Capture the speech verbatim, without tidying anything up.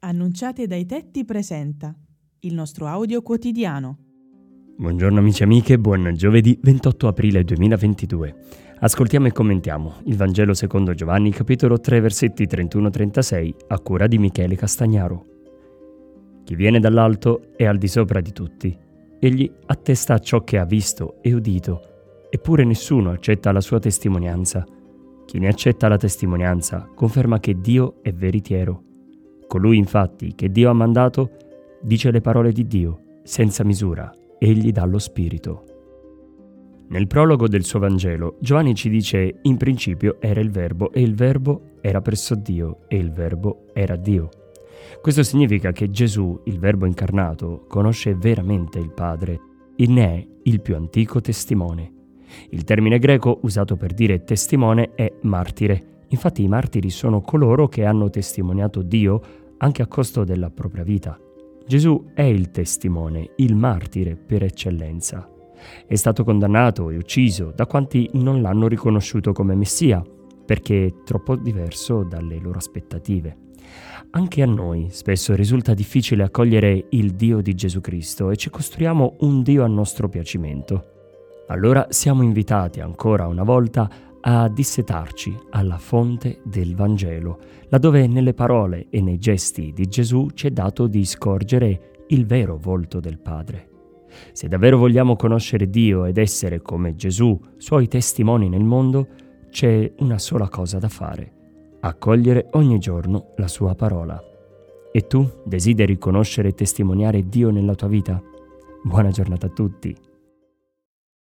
Annunciate dai tetti presenta il nostro audio quotidiano. Buongiorno amici e amiche, buon giovedì ventotto aprile duemilaventidue. Ascoltiamo e commentiamo il Vangelo secondo Giovanni, capitolo tre, versetti trentuno trentasei, a cura di Michele Castagnaro. Chi viene dall'alto è al di sopra di tutti. Egli attesta ciò che ha visto e udito, eppure nessuno accetta la sua testimonianza. Chi ne accetta la testimonianza conferma che Dio è veritiero. Colui infatti che Dio ha mandato dice le parole di Dio, senza misura, egli dà lo Spirito. Nel prologo del suo Vangelo, Giovanni ci dice: in principio era il Verbo, e il Verbo era presso Dio, e il Verbo era Dio. Questo significa che Gesù, il Verbo incarnato, conosce veramente il Padre e ne è il più antico testimone. Il termine greco usato per dire testimone è martire. Infatti i martiri sono coloro che hanno testimoniato Dio anche a costo della propria vita. Gesù è il testimone, il martire per eccellenza. È stato condannato e ucciso da quanti non l'hanno riconosciuto come Messia, perché è troppo diverso dalle loro aspettative. Anche a noi spesso risulta difficile accogliere il Dio di Gesù Cristo e ci costruiamo un Dio a nostro piacimento. Allora siamo invitati ancora una volta a dissetarci alla fonte del Vangelo, laddove nelle parole e nei gesti di Gesù ci è dato di scorgere il vero volto del Padre. Se davvero vogliamo conoscere Dio ed essere come Gesù, suoi testimoni nel mondo, c'è una sola cosa da fare: accogliere ogni giorno la sua parola. E tu desideri conoscere e testimoniare Dio nella tua vita? Buona giornata a tutti!